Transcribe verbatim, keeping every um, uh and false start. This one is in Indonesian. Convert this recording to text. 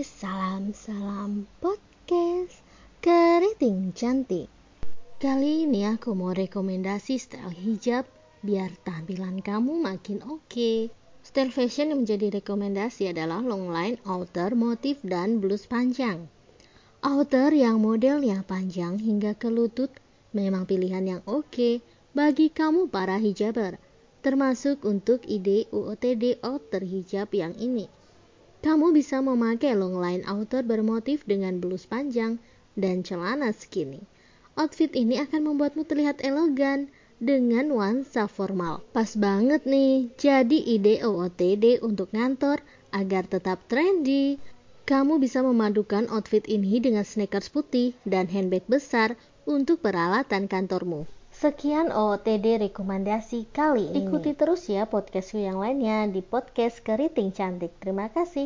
salam-salam podcast Keriting Cantik. Kali ini aku mau rekomendasi style hijab biar tampilan kamu makin oke. Style fashion yang menjadi rekomendasi adalah long line outer motif dan blus panjang. Outer yang modelnya panjang hingga ke lutut memang pilihan yang oke bagi kamu para hijaber, termasuk untuk ide U O T D outer hijab yang ini. Kamu bisa memakai long line outer bermotif dengan blus panjang dan celana skinny. Outfit ini akan membuatmu terlihat elegan dengan nuansa formal. Pas banget nih, jadi ide O O T D untuk ngantor agar tetap trendy. Kamu bisa memadukan outfit ini dengan sneakers putih dan handbag besar untuk peralatan kantormu. Sekian O O T D rekomendasi kali ini. Ikuti terus ya podcastku yang lainnya di podcast Keriting Cantik. Terima kasih.